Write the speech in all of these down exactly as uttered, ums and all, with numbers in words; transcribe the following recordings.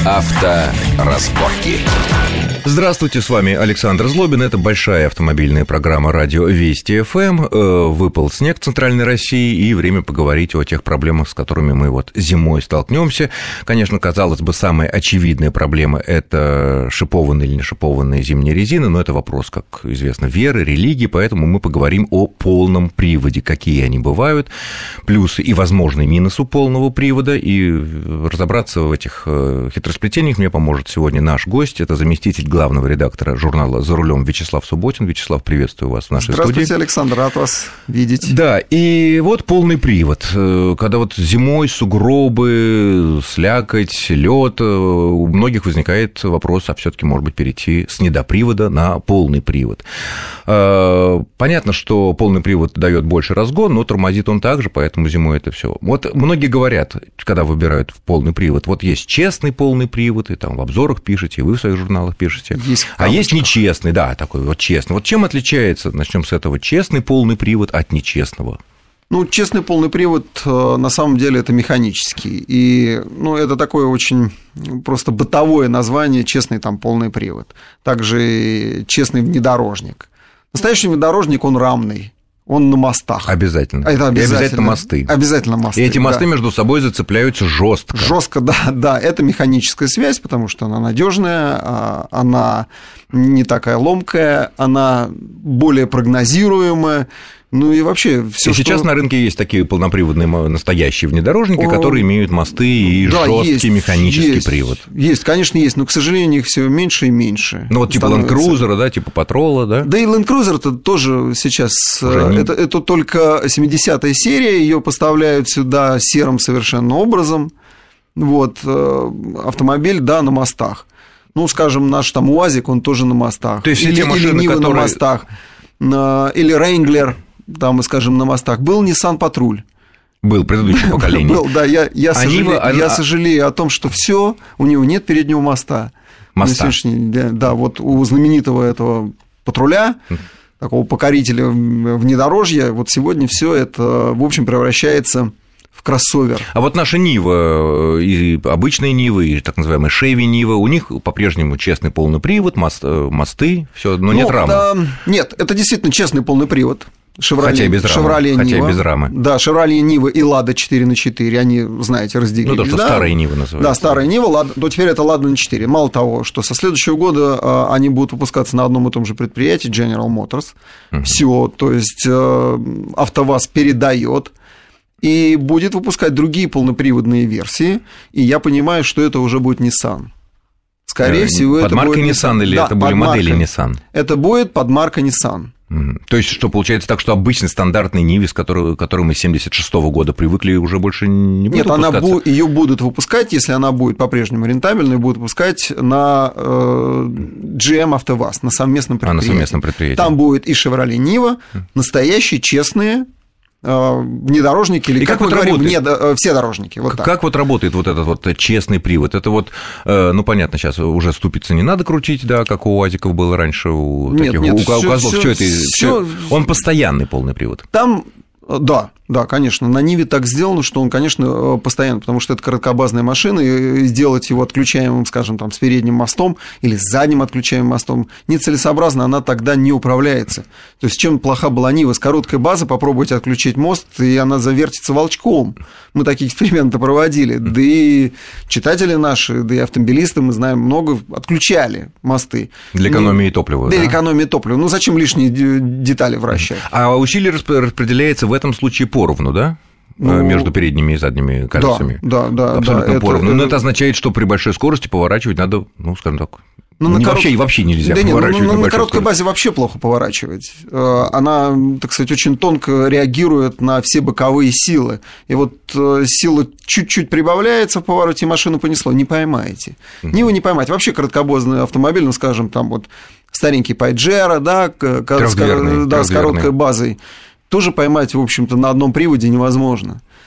Авторазборки. Здравствуйте, с вами Александр Злобин. Это большая автомобильная программа «Радио Вести эф эм». Выпал снег в Центральной России, и время поговорить о тех проблемах, с которыми мы вот зимой столкнемся. Конечно, казалось бы, самая очевидная проблема – это шипованные или не шипованные зимние резины, но это вопрос, как известно, веры, религии, поэтому мы поговорим о полном приводе, какие они бывают, плюсы и возможные минусы полного привода, и разобраться в этих хитросплетениях мне поможет сегодня наш гость, это заместитель главного редактора журнала «За рулем» Вячеслав Субботин. Вячеслав, приветствую вас в нашей Здравствуйте, студии. Здравствуйте, Александр, рад вас видеть. Да, и вот полный привод. Когда вот зимой сугробы, слякоть, лед, у многих возникает вопрос, а все-таки, может быть, перейти с недопривода на полный привод. Понятно, что полный привод дает больше разгон, но тормозит он также, поэтому зимой это все. Вот многие говорят, когда выбирают полный привод, вот есть честный полный привод, и там в обзорах пишете, и вы в своих журналах пишете. Есть а есть нечестный, да, такой вот честный. Вот чем отличается, начнем с этого, честный полный привод от нечестного? Ну, честный полный привод, на самом деле, это механический. И, ну, это такое очень просто бытовое название, честный там полный привод. Также и честный внедорожник. Настоящий внедорожник, он рамный. Он на мостах. Обязательно. Это обязательно. И обязательно мосты. Обязательно мосты. И эти мосты да. между собой зацепляются жестко. Жестко, да, да. Это механическая связь, потому что она надежная, она не такая ломкая, она более прогнозируемая. Ну и вообще все. И что... сейчас на рынке есть такие полноприводные настоящие внедорожники, О... которые имеют мосты и да, жесткий есть, механический есть, привод. Есть, конечно, есть, но, к сожалению, их все меньше и меньше. Ну вот типа Land Cruiser, да, типа Patrol, да? Да и Land Cruiser-то тоже сейчас. Не... Это, это только семидесятая серия, ее поставляют сюда серым совершенно образом. Вот автомобиль, да, на мостах. Ну, скажем, наш там УАЗик, он тоже на мостах. То есть или, те машины, или Нива которые... на мостах, или Wrangler. Там, мы скажем, на мостах. Был Nissan Patrol. Был предыдущее поколение. Был, да. Я, я, а сожалею, Нива, я она... сожалею о том, что все у него нет переднего моста. Моста. Да, да, вот у знаменитого этого патруля, такого покорителя внедорожья, вот сегодня все это, в общем, превращается в кроссовер. А вот наша Нива, и обычные Нивы, и так называемые Chevy Нива, у них по-прежнему честный полный привод, мост, мосты, все, но ну, нет рамы. Да, нет, это действительно честный полный привод. Шевроле, хотя и без рамы. Шевроле хотя Нива. И без рамы. Да, Шевроле Нива и Лада четыре на четыре, они, знаете, разделились. Ну, то, что да? старые Нивы называются. Да, старая Нива, Лада, то теперь это Лада на четыре. Мало того, что со следующего года а, они будут выпускаться на одном и том же предприятии, General Motors. Угу. Все, то есть а, АвтоВАЗ передает и будет выпускать другие полноприводные версии, и я понимаю, что это уже будет Nissan. Скорее да, всего, под это маркой будет Nissan или да, это были модели маркой. Nissan? Это будет под маркой Nissan. Mm-hmm. То есть, что получается так, что обычный стандартный Ниве, с которой, которой мы с семьдесят шестого года привыкли, уже больше не будет Нет, выпускаться? Нет, бу- ее будут выпускать, если она будет по-прежнему рентабельной, будут выпускать на э, джи эм АвтоВАЗ, на совместном предприятии. А, на совместном предприятии. Там будет и Chevrolet Нива, настоящие, честные внедорожники, или, и как, как мы вот говорим, работает? вне, все дорожники. Вот как, так. как вот работает вот этот вот честный привод? Это вот, ну, понятно, сейчас уже ступицы не надо крутить, да, как у УАЗиков было раньше, у нет, таких, нет, у, всё, у козлов, всё, что это? всё... Он постоянный полный привод? Там... Да, да, конечно, на Ниве так сделано, что он, конечно, постоянно, потому что это короткобазная машина, и сделать его отключаемым, скажем, там, с передним мостом или с задним отключаемым мостом нецелесообразно, она тогда не управляется. То есть, чем плоха была Нива? С короткой базы попробуйте отключить мост, и она завертится волчком. Мы такие эксперименты проводили. Да и читатели наши, да и автомобилисты, мы знаем, много отключали мосты. Для экономии топлива, Для да? экономии топлива. Ну, зачем лишние детали вращать? А усилие распределяется в В этом случае поровну, да? Ну, между передними и задними колесами. Да, да, да. Абсолютно да, поровну. это, Но это... это означает, что при большой скорости поворачивать надо, ну, скажем так, ну, не, на вообще, корот... вообще нельзя да поворачивать нет, ну, на, на короткой скорости. базе вообще плохо поворачивать. Она, так сказать, очень тонко реагирует на все боковые силы. И вот сила чуть-чуть прибавляется в повороте, и машину понесло. Не поймаете. Mm-hmm. Не вы не поймаете. Вообще короткобазный автомобиль, ну, скажем, там вот старенький Пайджеро, да, да, с короткой базой, тоже поймать, в общем-то, на одном приводе невозможно.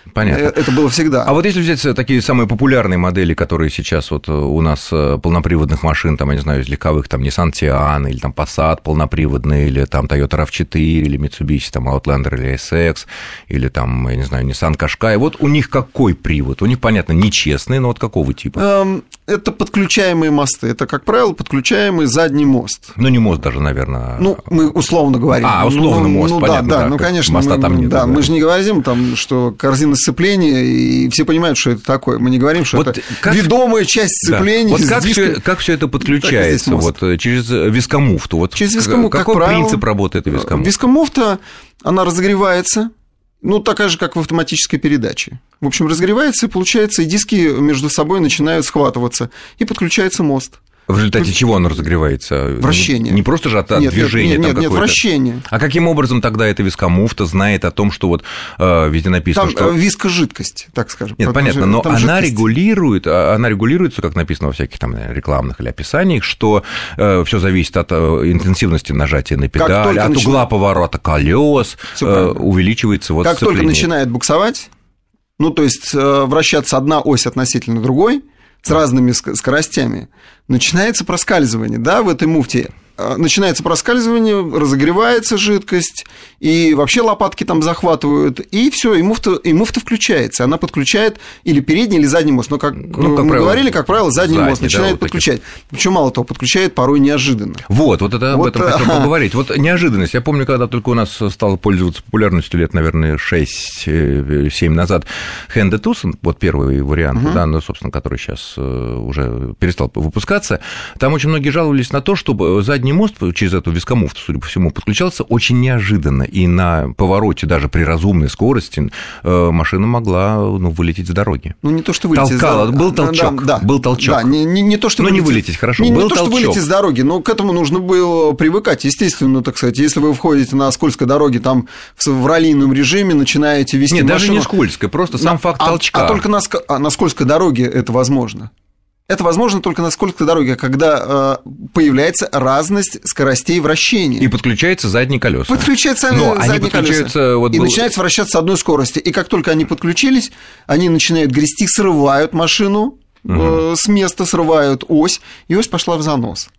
Понятно. Это было всегда. А вот если взять такие самые популярные модели, которые сейчас вот у нас полноприводных машин, там, я не знаю, из легковых, там, Nissan Tiana, или там Passat полноприводный, или там Toyota рав четыре, или Mitsubishi, там, Outlander, или эс икс, или там, я не знаю, Nissan Qashqai, вот у них какой привод? У них, понятно, нечестный, но вот какого типа? Это подключаемые мосты, это, как правило, подключаемый задний мост. Ну, не мост даже, наверное. Ну, мы условно говорим. А, условно ну, мост, ну, понятно. Да, да, да, ну, конечно, моста мы, там нет. Да, да, мы же не говорим, там, что корзина сцепления, и все понимают, что это такое. Мы не говорим, что вот это как... ведомая часть сцепления. Да. Вот как все, как все это подключается? Вот, через вискомуфту? Вот через вискомуфту, какой как правило, принцип работы этой вискомуфты? Вискомуфта, она разогревается, ну, такая же, как в автоматической передаче. В общем, разогревается, и получается, и диски между собой начинают схватываться, и подключается мост. В результате чего он разогревается? Вращение. Не просто же от нет, движения? Нет, там нет, нет, вращение. А каким образом тогда эта вискомуфта знает о том, что вот э, везде написано, там что... вискожидкость, так скажем. Нет, понятно, но там она жидкость. регулирует, она регулируется, как написано во всяких там рекламных или описаниях, что э, все зависит от э, интенсивности нажатия на педаль, от начина... угла поворота колес, э, увеличивается вот Как сцепление. только начинает буксовать, ну, то есть э, вращаться одна ось относительно другой, с разными скоростями, начинается проскальзывание, да, в этой муфте. Начинается проскальзывание, разогревается жидкость, и вообще лопатки там захватывают, и все, и муфта, и муфта включается. Она подключает или передний, или задний мост. Но, как, ну, как мы правило, говорили, как правило, задний, задний мост начинает да, вот подключать. Причем, мало того, подключает порой неожиданно. Вот, вот это вот, об этом хотел поговорить. Вот неожиданность. Я помню, когда только у нас стало пользоваться популярностью лет, наверное, шесть-семь назад, Hyundai Tucson, вот первый вариант, uh-huh. да, ну, собственно, который сейчас уже перестал выпускаться, там очень многие жаловались на то, что задний мост через эту вискомуфту, судя по всему, подключался очень неожиданно, и на повороте даже при разумной скорости машина могла ну, вылететь с дороги. Ну, не то, что вылететь Толкала, с дороги. Был толчок, да, да, был толчок. Да, не, не, не то, что но вылететь, не вылететь, хорошо, не, был не то, толчок. что вылететь с дороги, но к этому нужно было привыкать, естественно, так сказать. Если вы входите на скользкой дороге, там в раллийном режиме начинаете вести Нет, машину... даже не скользкой, просто сам на, факт а, толчка. А только на, а на скользкой дороге это возможно. Это возможно только на скользкой дороге, когда э, появляется разность скоростей вращения. И подключаются задние колеса. Подключаются Но задние они колеса. Вот и был... начинается вращаться с одной скорости. И как только они подключились, они начинают грести, срывают машину угу. э, с места, срывают ось, и ось пошла в занос.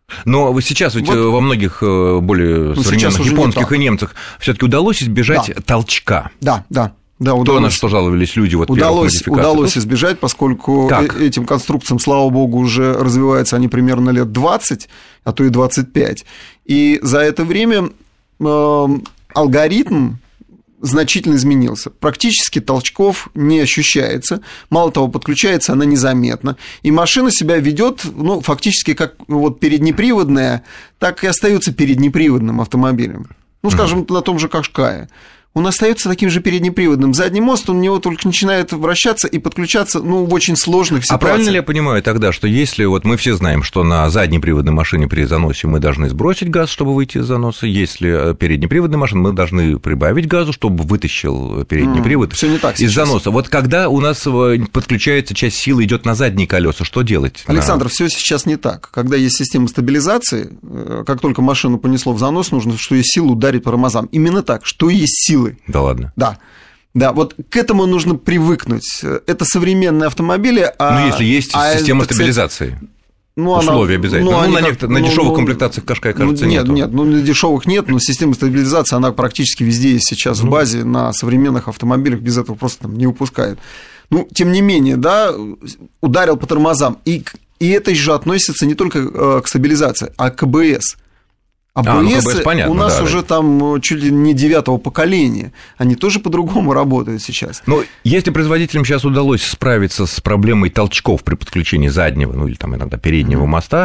Но сейчас ведь вот. во многих более ну, современных японских и немцах все-таки удалось избежать да. толчка. Да, да. Да, удалось. То, на что жаловались люди вот удалось, удалось избежать, поскольку как? этим конструкциям, слава богу, уже развиваются они примерно лет двадцать, а то и двадцать пять. И за это время э, алгоритм значительно изменился. Практически толчков не ощущается. Мало того, подключается она незаметно. И машина себя ведет, ну, фактически как вот переднеприводная, так и остается переднеприводным автомобилем. Ну, скажем, mm-hmm. на том же Qashqai. Он остается таким же переднеприводным. Задний мост, он у него только начинает вращаться и подключаться, ну, в очень сложных ситуациях. А правильно ли я понимаю тогда, что если, вот мы все знаем, что на заднеприводной машине при заносе мы должны сбросить газ, чтобы выйти из заноса, если переднеприводная машина, мы должны прибавить газу, чтобы вытащил передний mm, привод всё не так из сейчас. заноса. Вот когда у нас подключается часть силы, идет на задние колеса, что делать? Александр, на... все сейчас не так. Когда есть система стабилизации, как только машину понесло в занос, нужно, что есть силу, ударить по тормозам. Именно так, что есть силы. Да ладно? Да. Да, вот к этому нужно привыкнуть. Это современные автомобили. А, ну, если есть а, система так стабилизации. Ну, условия она, обязательно. Ну, ну, на, как, некотор... на ну, дешевых ну, комплектациях Qashqai, кажется, нет. Нету. Нет, ну, на дешевых нет, но система стабилизации, она практически везде есть сейчас mm-hmm. в базе, на современных автомобилях, без этого просто там не выпускают. Ну, тем не менее, да, ударил по тормозам. И, и это же относится не только к стабилизации, а к АБС. А, а ну, КБС, понятно, у нас да, уже да. там чуть ли не девятого поколения. Они тоже по-другому работают сейчас. Но если производителям сейчас удалось справиться с проблемой толчков при подключении заднего, ну или там иногда переднего mm-hmm. моста,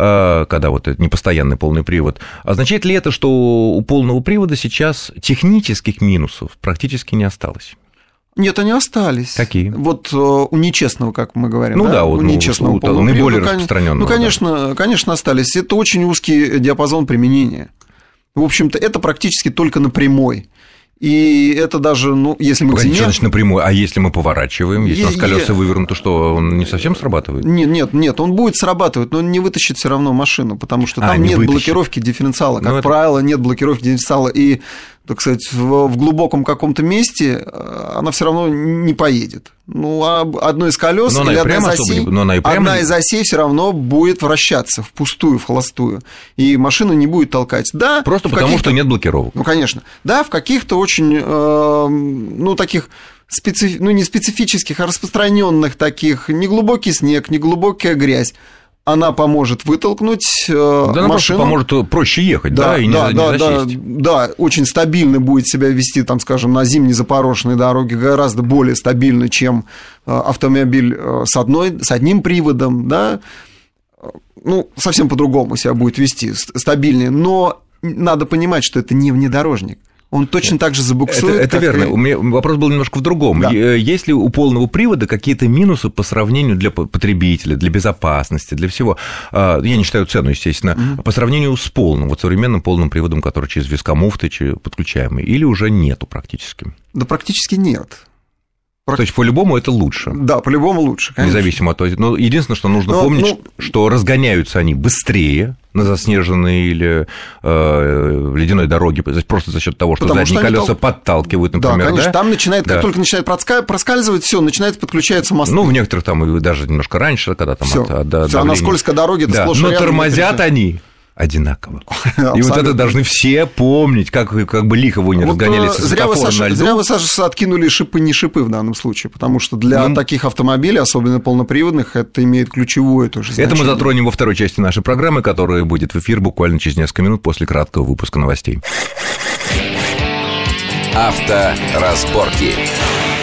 когда вот это непостоянный полный привод, означает ли это, что у полного привода сейчас технических минусов практически не осталось? Нет, они остались. Какие? Вот у нечестного, как мы говорим. Ну да, да у, у нечестного у, у, наиболее привода, распространенного. Ну, конечно, да. конечно, остались. Это очень узкий диапазон применения. В общем-то, это практически только на прямой. И это даже, ну, если мы... Погоди, что значит напрямую? А если мы поворачиваем, если у нас колеса вывернуты, что он не совсем срабатывает? Нет, нет, нет, он будет срабатывать, но он не вытащит все равно машину, потому что там а, не нет вытащит. блокировки дифференциала. Как ну, правило, это... нет блокировки дифференциала. И так сказать, в, в глубоком каком-то месте, она все равно не поедет. Ну, а одно из колес или одна из осей, не... одна из осей все равно будет вращаться впустую, в холостую, и машину не будет толкать. Да, просто потому, что нет блокировок. Ну, конечно. Да, в каких-то очень, э, ну, таких... Специф... ну, не специфических, а распространенных таких, неглубокий снег, неглубокая грязь, она поможет вытолкнуть э, да, она машину. Поможет проще ехать, да, да и да, не, да, не да, засесть. Да, очень стабильно будет себя вести, там, скажем, на зимней запорошенной дороге, гораздо более стабильно, чем автомобиль с, одной, с одним приводом, да, ну, совсем по-другому себя будет вести, стабильнее, но надо понимать, что это не внедорожник. Он точно так же забуксует. Это, это верно. И... У меня вопрос был немножко в другом. Да. Есть ли у полного привода какие-то минусы по сравнению для потребителя, для безопасности, для всего? Я не считаю цену, естественно. Угу. По сравнению с полным, вот современным полным приводом, который через вискомуфты подключаемый, или уже нету практически? Да практически нет. То есть, по-любому это лучше? Да, по-любому лучше, конечно. Независимо от того. Но единственное, что нужно Но, помнить, ну... что разгоняются они быстрее на заснеженной или э, ледяной дороге, просто за счет того, что Потому задние что колеса тол... подталкивают, например. Да, конечно, да? Там начинает, как да. только начинает проскальзывать, все, начинает подключаться мосты. Ну, в некоторых там даже немножко раньше, когда там всё, от, от, всё, а на скользкой дороге это да. сплошь Но рядом, тормозят они одинаково. И вот это должны все помнить, как, как бы лихо вы не вот разгонялись со светофора на льду. Зря вы, Саша, откинули шипы, не шипы в данном случае, потому что для ну, таких автомобилей, особенно полноприводных, это имеет ключевое тоже значение. Это мы затронем во второй части нашей программы, которая будет в эфир буквально через несколько минут после краткого выпуска новостей. Авторазборки.